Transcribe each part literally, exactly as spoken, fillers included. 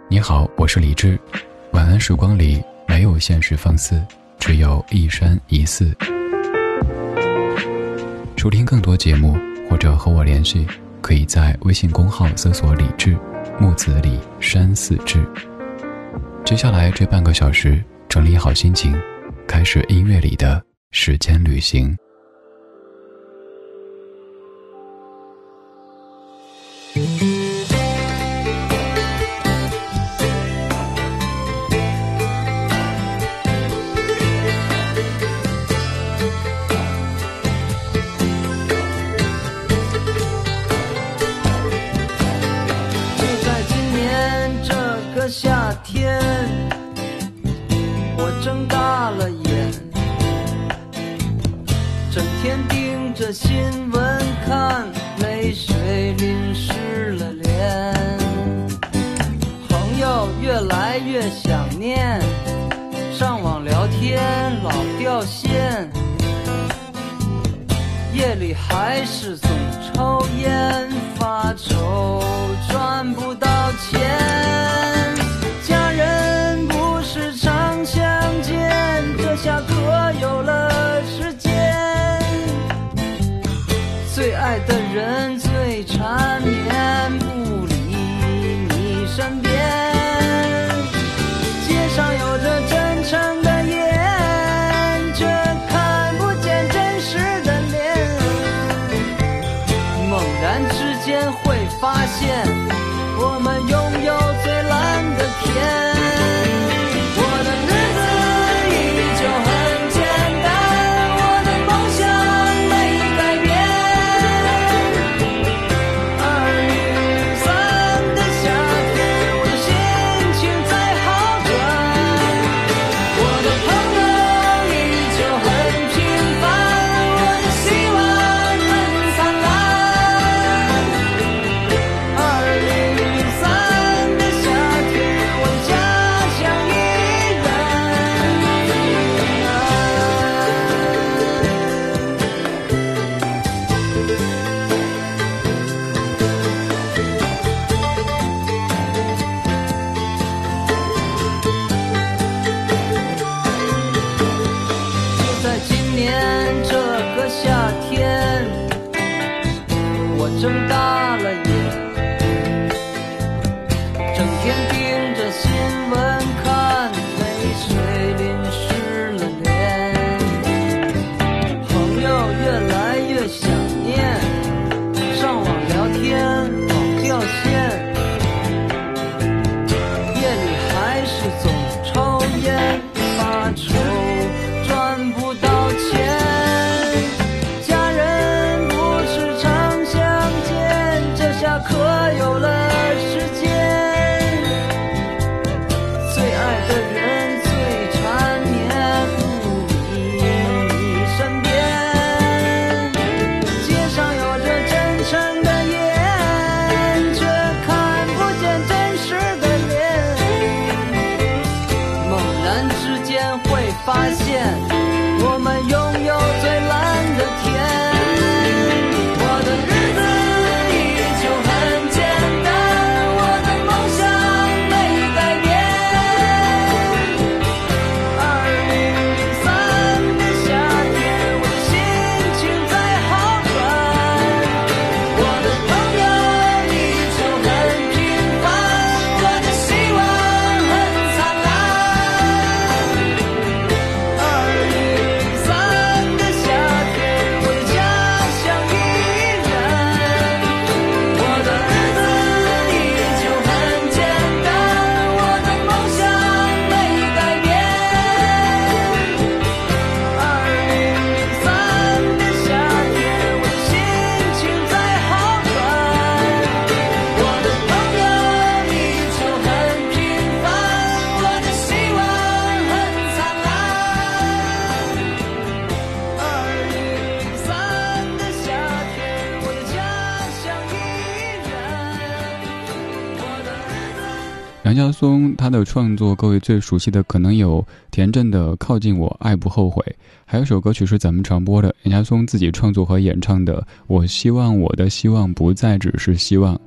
你好，我是李志。晚安时光里没有现实放肆，只有一山一寺。收听更多节目或者和我联系，可以在微信公号搜索李志，木子李，山寺志。接下来这半个小时，整理好心情，开始音乐里的时间旅行。 夏天，我睁大了眼，整天盯着新闻看，泪水淋湿了脸。朋友越来越想念，上网聊天老掉线，夜里还是总抽烟发愁，赚不到钱。下课有了时间，最爱的人最缠绵，不离你身边。街上有着真诚的眼，却看不见真实的脸。猛然之间会发现，我们拥有最蓝的天。睁大了眼，整天盯着新闻看，泪水淋湿了脸。朋友越来越想念，上网聊天老掉线，夜里还是总抽烟发愁，赚不到钱。可有了时间，最爱的人最缠绵，不离你身边。街上有着真诚的眼，却看不见真实的脸。猛然之间会发现，我们拥有最蓝的天。 杨家松他的创作，各位最熟悉的可能有田震的《靠近我爱不后悔》，还有首歌曲是咱们常播的杨家松自己创作和演唱的《我希望我的希望不再只是希望》。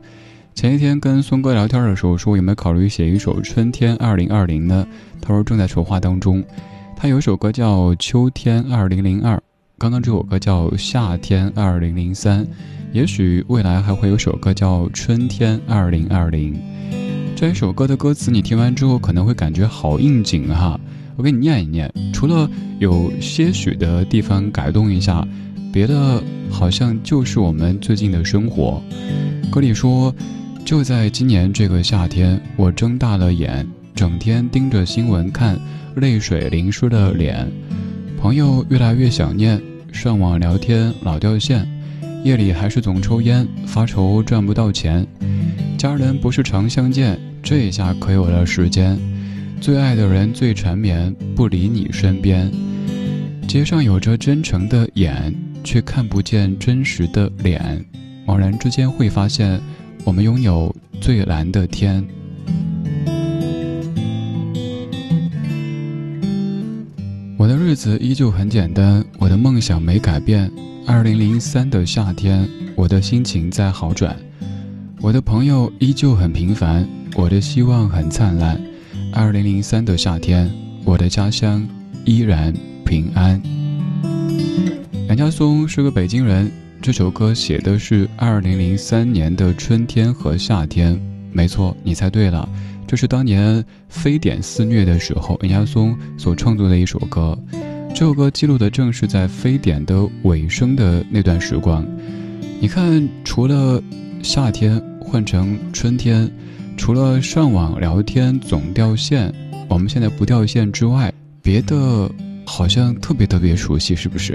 前一天跟孙哥聊天的时候说，有没有考虑写一首春天二零二零呢？他说正在筹划当中。他有一首歌叫秋天二零零二，刚刚这首歌叫夏天二零零三，也许未来还会有首歌叫春天二零二零。这一首歌的歌词你听完之后可能会感觉好应景哈，我给你念一念，除了有些许的地方改动一下，别的好像就是我们最近的生活。歌里说，就在今年这个夏天，我睁大了眼，整天盯着新闻看，泪水淋湿了脸，朋友越来越想念，上网聊天老掉线，夜里还是总抽烟，发愁赚不到钱，家人不是常相见，这一下可有了时间，最爱的人最缠绵，不离你身边，街上有着真诚的眼，却看不见真实的脸，茫然之间会发现，我们拥有最蓝的天。我的日子依旧很简单，我的梦想没改变。二零零三的夏天，我的心情在好转。我的朋友依旧很平凡，我的希望很灿烂。二零零三的夏天，我的家乡依然平安。杨家松是个北京人，这首歌写的是二零零三年的春天和夏天。没错，你猜对了，这是当年非典肆虐的时候，杨家松所创作的一首歌。这首歌记录的正是在非典的尾声的那段时光。你看，除了夏天换成春天，除了上网聊天总掉线，我们现在不掉线之外，别的好像特别特别熟悉，是不是？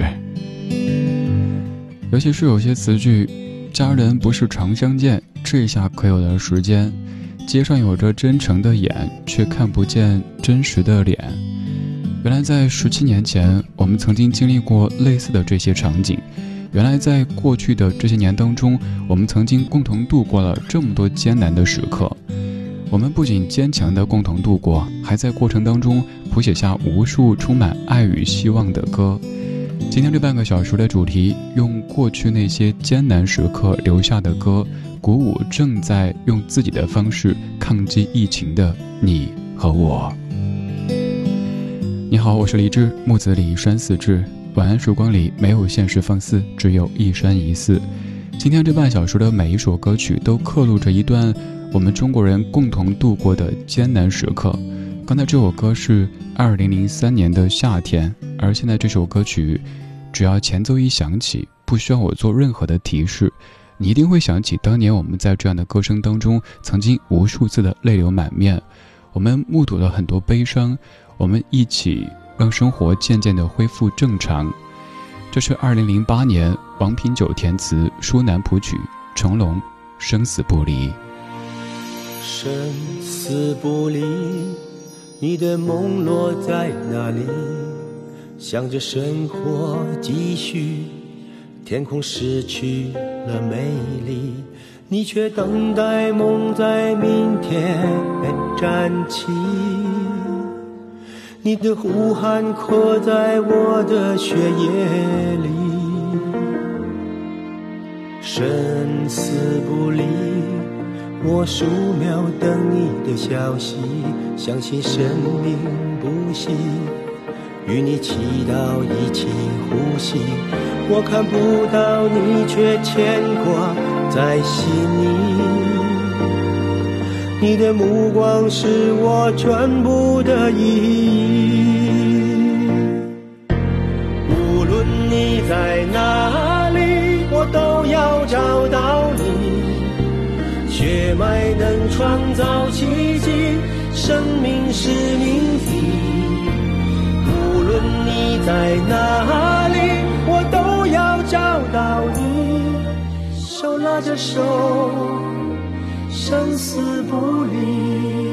尤其是有些词句，家人不是常相见，这一下可有了时间，街上有着真诚的眼，却看不见真实的脸。原来在十七年前，我们曾经经历过类似的这些场景。原来在过去的这些年当中，我们曾经共同度过了这么多艰难的时刻。我们不仅坚强地共同度过，还在过程当中谱写下无数充满爱与希望的歌。今天这半个小时的主题，用过去那些艰难时刻留下的歌，鼓舞正在用自己的方式抗击疫情的你和我。你好，我是李志，木子李，山寺志。晚安时光里没有现实放肆，只有一山一寺。今天这半小时的每一首歌曲都刻录着一段我们中国人共同度过的艰难时刻。刚才这首歌是二零零三年的夏天，而现在这首歌曲只要前奏一响起，不需要我做任何的提示，你一定会想起当年我们在这样的歌声当中曾经无数次的泪流满面。我们目睹了很多悲伤，我们一起让生活渐渐地恢复正常。这是二零零八年王品九填词，舒南谱曲，成龙生死不离。 生死不离，你的梦落在哪里？想着生活继续，天空失去了美丽，你却等待梦在明天站起。你的呼喊刻在我的血液里，生死不离，我数秒等你的消息，相信生命不息，与你祈祷一起呼吸。我看不到你，却牵挂在心里，你的目光是我全部的意义。无论你在哪里，我都要找到你。血脉能创造奇迹，生命是命题。无论你在哪里，我都要找到你。手拉着手，生死不离。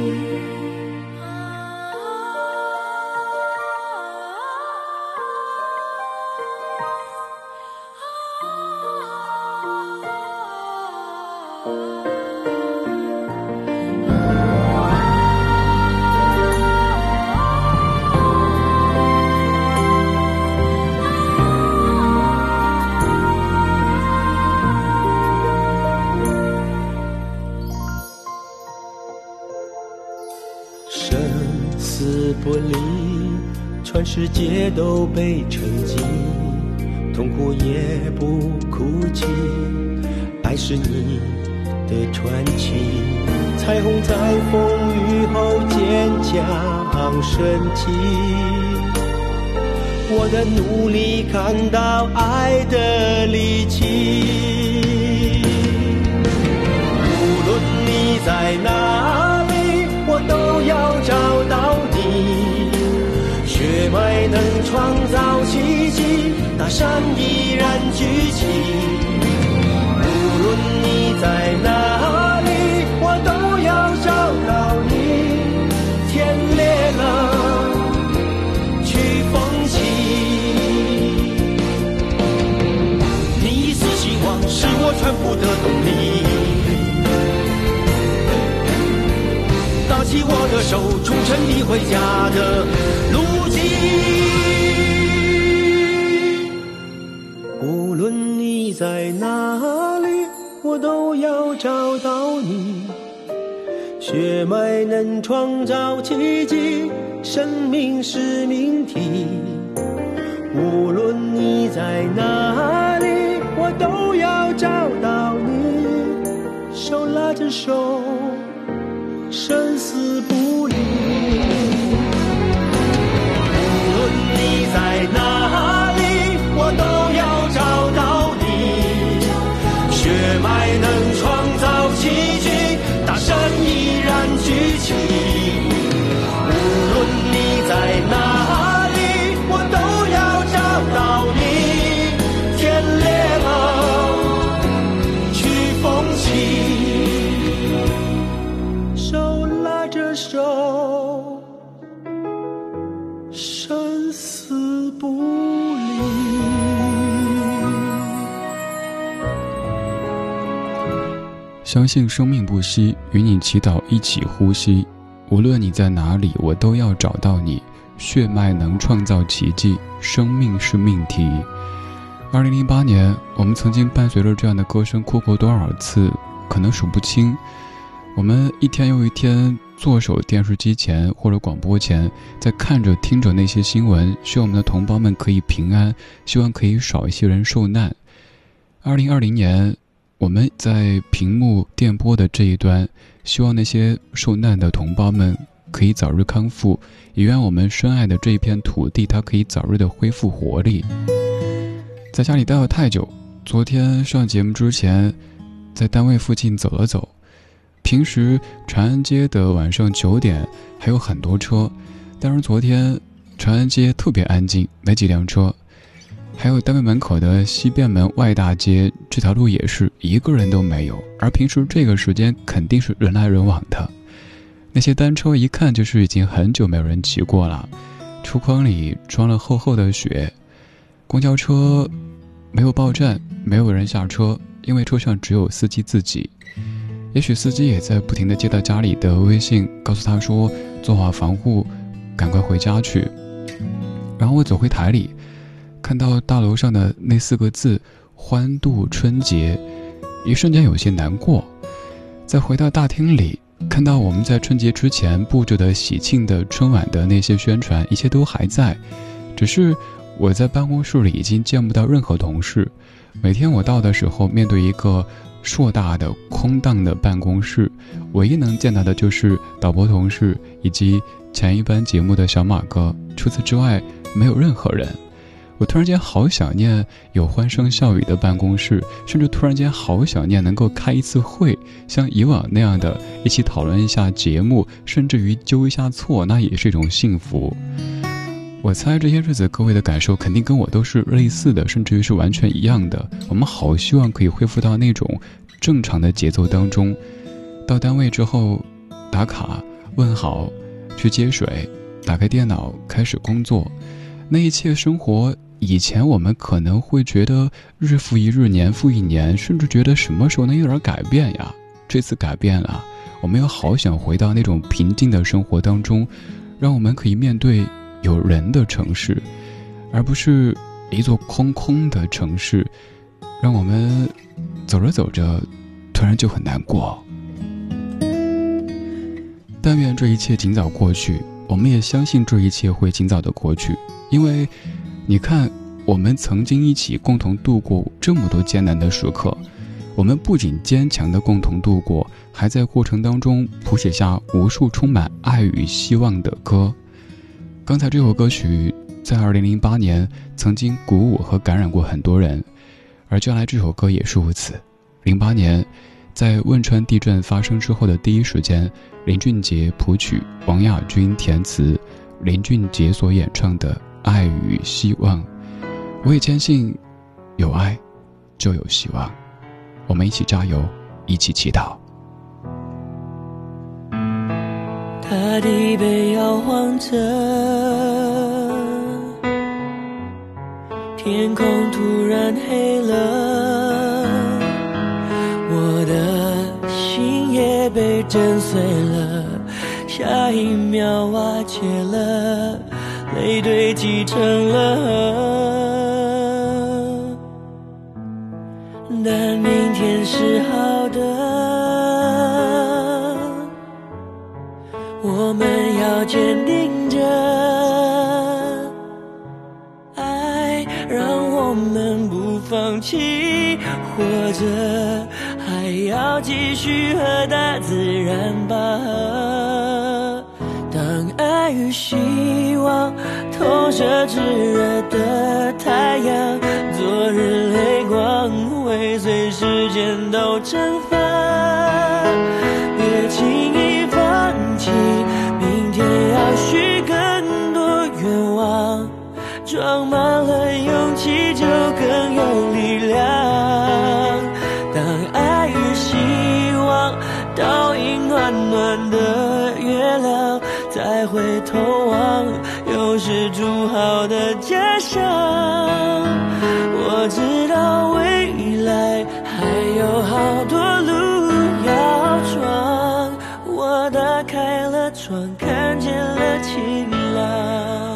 生死不离，全世界都被沉寂，痛苦也不哭泣，爱是你的传奇。彩虹在风雨后坚强升起，我的努力看到爱的力气。无论你在哪里，我都要找到你。血脉能创造奇迹，大山依然举起。无论你在哪里，我都要找到你。天裂了，去风起。你一丝希望是我全部的动力。拿起我的手，重成你回家的路径。无论你在哪里，我都要找到你。血脉能创造奇迹，生命是命题。无论你在哪里，我都要找到你。手拉着手，生死不离。无论你在哪里，我都要找到你。血脉能创造奇迹，大山依然举起。无论你在哪里，我都要找到你。天裂了，去风起。手拉着手，生死不离。 相信生命不息，与你祈祷一起呼吸。无论你在哪里，我都要找到你。血脉能创造奇迹，生命是命题。二零零八年，我们曾经伴随着这样的歌声哭过多少次，可能数不清。我们一天又一天坐守电视机前或者广播前，在看着听着那些新闻，希望我们的同胞们可以平安，希望可以少一些人受难。二零二零年，我们在屏幕电波的这一端，希望那些受难的同胞们可以早日康复，也愿我们深爱的这一片土地它可以早日的恢复活力。在家里待了太久，昨天上节目之前在单位附近走了走。平时长安街的晚上九点还有很多车，但是昨天长安街特别安静，没几辆车。还有单位门口的西便门外大街，这条路也是一个人都没有，而平时这个时间肯定是人来人往的。那些单车一看就是已经很久没有人骑过了，车筐里装了厚厚的雪。公交车没有报站，没有人下车，因为车上只有司机自己。也许司机也在不停地接到家里的微信，告诉他说做好防护，赶快回家去。然后我走回台里，看到大楼上的那四个字欢度春节，一瞬间有些难过。再回到大厅里，看到我们在春节之前布置的喜庆的春晚的那些宣传，一切都还在，只是我在办公室里已经见不到任何同事。每天我到的时候，面对一个硕大的空荡的办公室，唯一能见到的就是导播同事以及前一班节目的小马哥，除此之外没有任何人。我突然间好想念有欢声笑语的办公室，甚至突然间好想念能够开一次会，像以往那样的一起讨论一下节目，甚至于纠一下错，那也是一种幸福。我猜这些日子各位的感受肯定跟我都是类似的，甚至于是完全一样的。我们好希望可以恢复到那种正常的节奏当中，到单位之后打卡问好，去接水，打开电脑开始工作。那一切生活，以前我们可能会觉得日复一日，年复一年，甚至觉得什么时候能有点改变呀？这次改变了，我们又好想回到那种平静的生活当中，让我们可以面对有人的城市，而不是一座空空的城市，让我们走着走着突然就很难过。 但愿这一切尽早过去，我们也相信这一切会尽早的过去。因为你看，我们曾经一起共同度过这么多艰难的时刻，我们不仅坚强的共同度过，还在过程当中谱写下无数充满爱与希望的歌。刚才这首歌曲在二零零八年曾经鼓舞和感染过很多人，而接下来这首歌也是如此。零八年在汶川地震发生之后的第一时间，林俊杰谱曲，王亚军填词，林俊杰所演唱的《爱与希望》。我也坚信，有爱就有希望，我们一起加油，一起祈祷。 大地被摇晃着，天空突然黑了，我的心也被震碎了，下一秒瓦解了，泪堆积成了河。但明天是好的，我们要坚定着，爱让我们不放弃，活着还要继续和大自然拔河。当爱与希望投射炙热的太阳，昨日泪光会随时间都蒸发，别轻易放弃，明天要许更多愿望，装满了勇气就更有力量。当爱与希望倒映暖暖的月亮，再回头望，又是筑好的家乡。我知道未来还有好多路要闯，我打开了窗，看见了晴朗。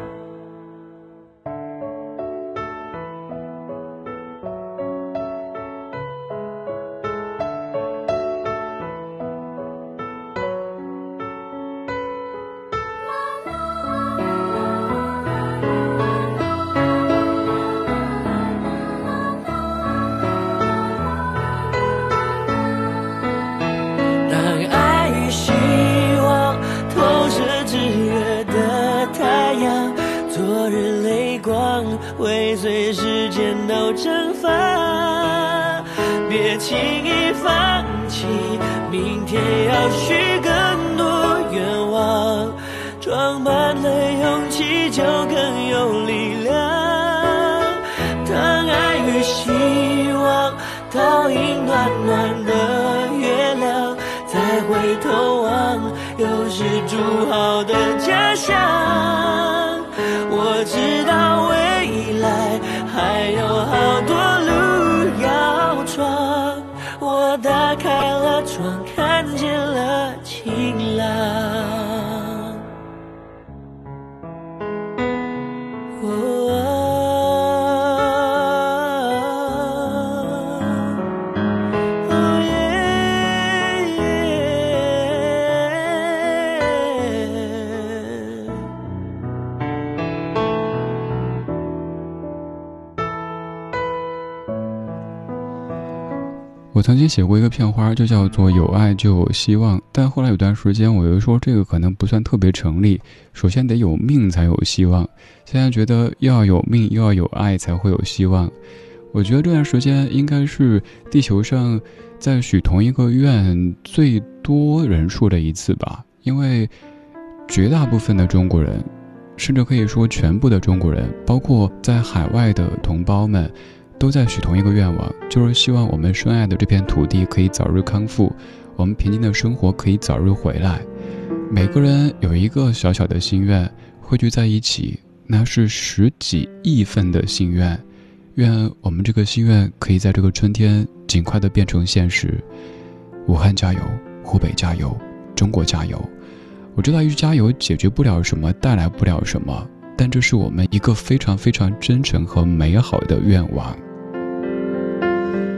会随时间都蒸发，别轻易放弃，明天要许更多愿望，装满了勇气就更有力量。当爱与希望倒映暖暖的月亮，再回头望，又是筑好的家乡。我知道未来还有好多路要闯，我打开了窗，看见了晴朗。哦我曾经写过一个片花，就叫做有爱就有希望，但后来有段时间我又说这个可能不算特别成立，首先得有命才有希望，现在觉得又要有命又要有爱才会有希望。我觉得这段时间应该是地球上在许同一个愿最多人数的一次吧，因为绝大部分的中国人，甚至可以说全部的中国人，包括在海外的同胞们，都在许同一个愿望，就是希望我们深爱的这片土地可以早日康复，我们平静的生活可以早日回来。每个人有一个小小的心愿汇聚在一起，那是十几亿份的心愿，愿我们这个心愿可以在这个春天尽快的变成现实。武汉加油，湖北加油，中国加油。我知道一句加油解决不了什么，带来不了什么，但这是我们一个非常非常真诚和美好的愿望。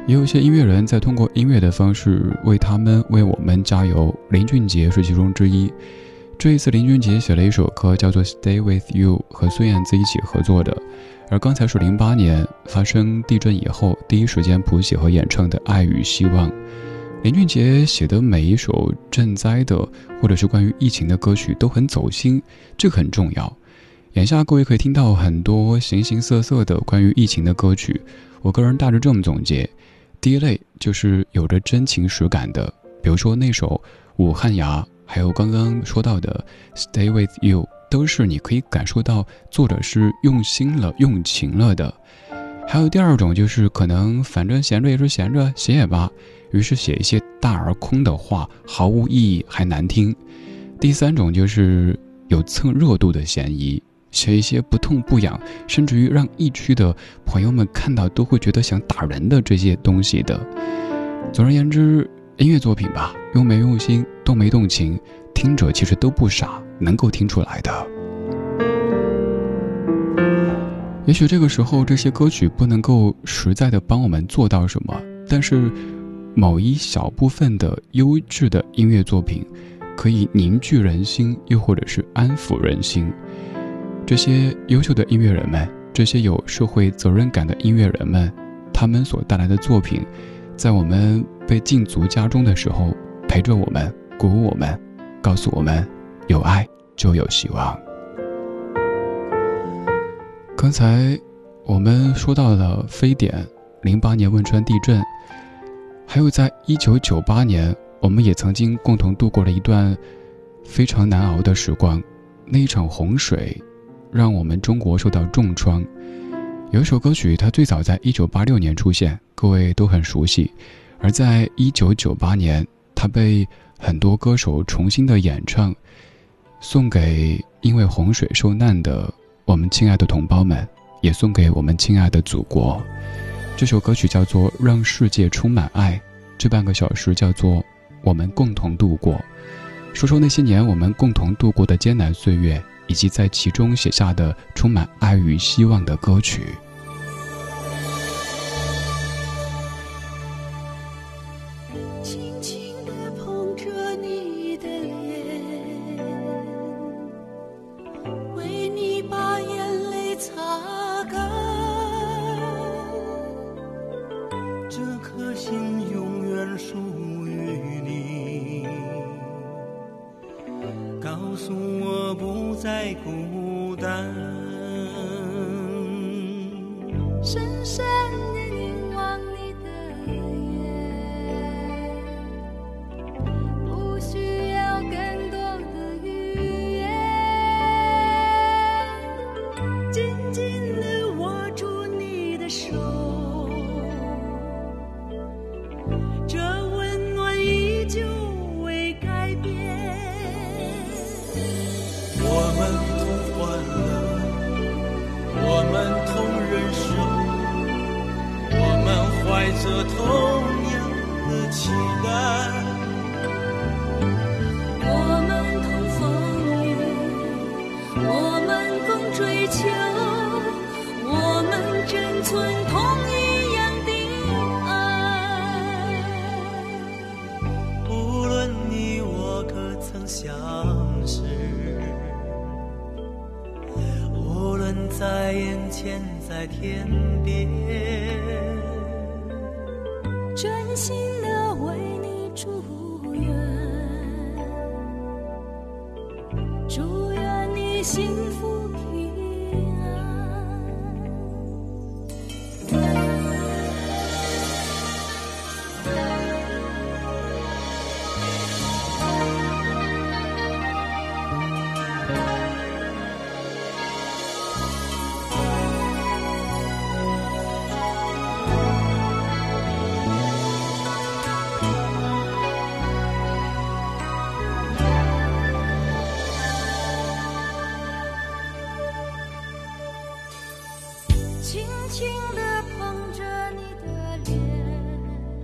也有一些音乐人在通过音乐的方式为他们为我们加油，林俊杰是其中之一。这一次林俊杰写了一首歌叫做 Stay With You， 和孙燕姿一起合作的。而刚才是零八年发生地震以后第一时间谱写和演唱的爱与希望。林俊杰写的每一首赈灾的或者是关于疫情的歌曲都很走心，这个很重要。眼下各位可以听到很多形形色色的关于疫情的歌曲，我个人大致这么总结，第一类就是有着真情实感的，比如说那首武汉伢，还有刚刚说到的 Stay With You， 都是你可以感受到作者是用心了用情了的。还有第二种就是可能反正闲着也是闲着，写也罢，于是写一些大而空的话，毫无意义还难听。第三种就是有蹭热度的嫌疑，写一些不痛不痒，甚至于让疫区的朋友们看到都会觉得想打人的这些东西的。总而言之，音乐作品吧，用没用心，动没动情，听者其实都不傻，能够听出来的。也许这个时候这些歌曲不能够实在的帮我们做到什么，但是某一小部分的优质的音乐作品可以凝聚人心，又或者是安抚人心。这些优秀的音乐人们，这些有社会责任感的音乐人们，他们所带来的作品，在我们被禁足家中的时候，陪着我们，鼓舞我们，告诉我们有爱就有希望。刚才我们说到了非典，零八年汶川地震，还有在一九九八年我们也曾经共同度过了一段非常难熬的时光。那一场洪水让我们中国受到重创。有一首歌曲它最早在一九八六年出现，各位都很熟悉，而在一九九八年它被很多歌手重新的演唱，送给因为洪水受难的我们亲爱的同胞们，也送给我们亲爱的祖国。这首歌曲叫做《让世界充满爱》，这半个小时叫做我们共同度过，说说那些年我们共同度过的艰难岁月，以及在其中写下的充满爱与希望的歌曲。 轻轻地碰着你的脸，为你把眼泪擦干， 这颗心永远属于你，告诉我不再孤单。 深深地凝望你的眼，不需要更多的语言，紧紧地握住你的手，这温暖依旧未改变。 我们同欢乐，我们同忍受，我们怀着同样的期待。 我们同风雨，我们共追求，我们珍存同一样的爱。 无论你我可曾相识，无论在眼前在天边， 真心的为你祝愿，祝愿你幸福平安。轻轻地碰着你的脸，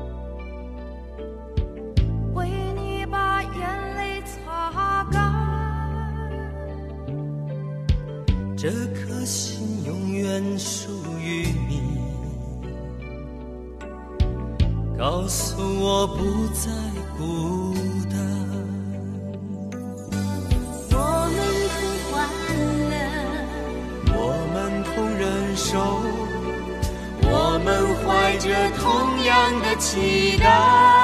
为你把眼泪擦干， 这颗心永远属于你， 告诉我不再孤单。 我们同欢乐， 我们同忍受，我们怀着同样的期待。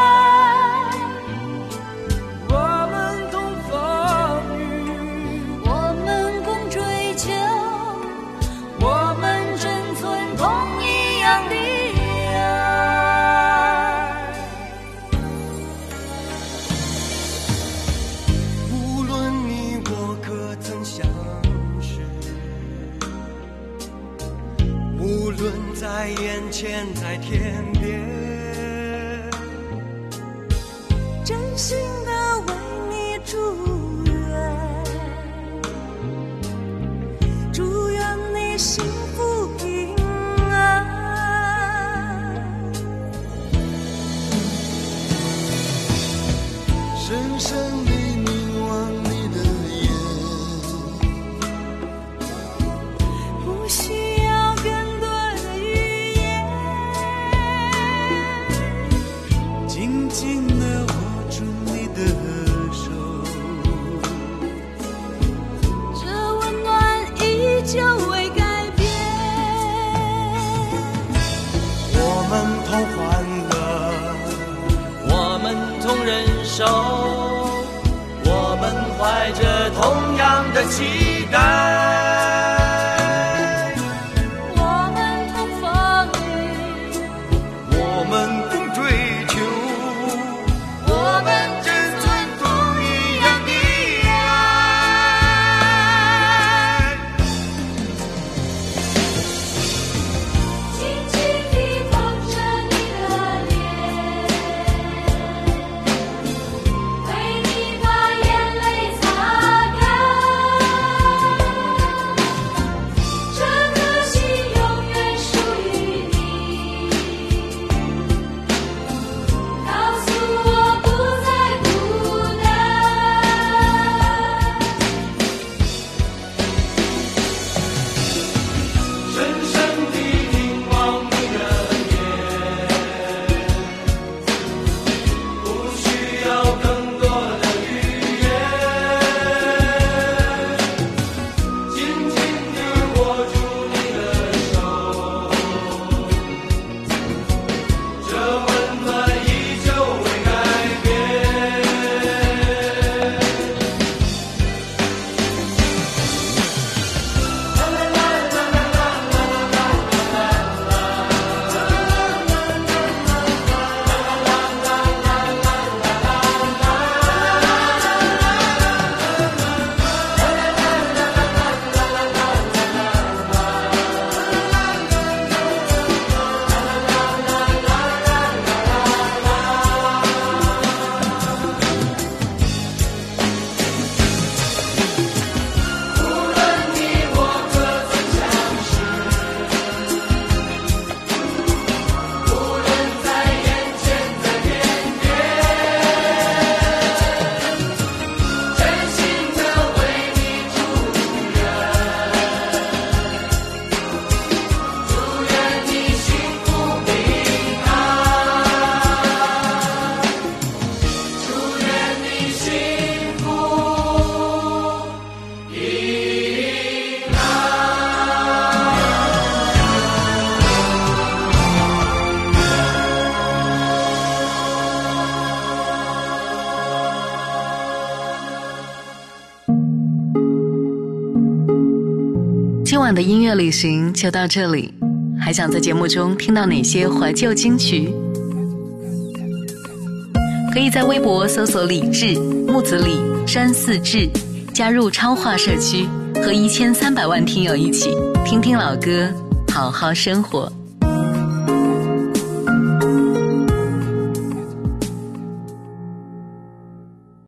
我们同风雨， 我们共追求， 我们珍存同一样的爱。 无论你我可曾相识，无论在眼前在天边， 真心的为你祝愿，祝愿你幸福平安。 深深地凝望你的眼， 不需要更多的语言， 紧紧地握住你的手， 这温暖依旧未改变。 我们同欢乐， 我们同忍受，我们怀着同样的期待。 我们同风雨， 我们共追求， 我们珍存同一样的爱。 轻轻地捧着你的脸，为你把眼泪擦干，这颗心永远属于你，告诉我不再孤单。 深深地凝望你的眼，不需要更多的语言，紧紧地握住你的手，这温暖依旧未改变。 今晚的音乐旅行就到这里，还想在节目中听到哪些怀旧金曲？可以在微博搜索李志、木子李、山寺志，加入超话社区，和一千三百万听友一起听听老歌，好好生活。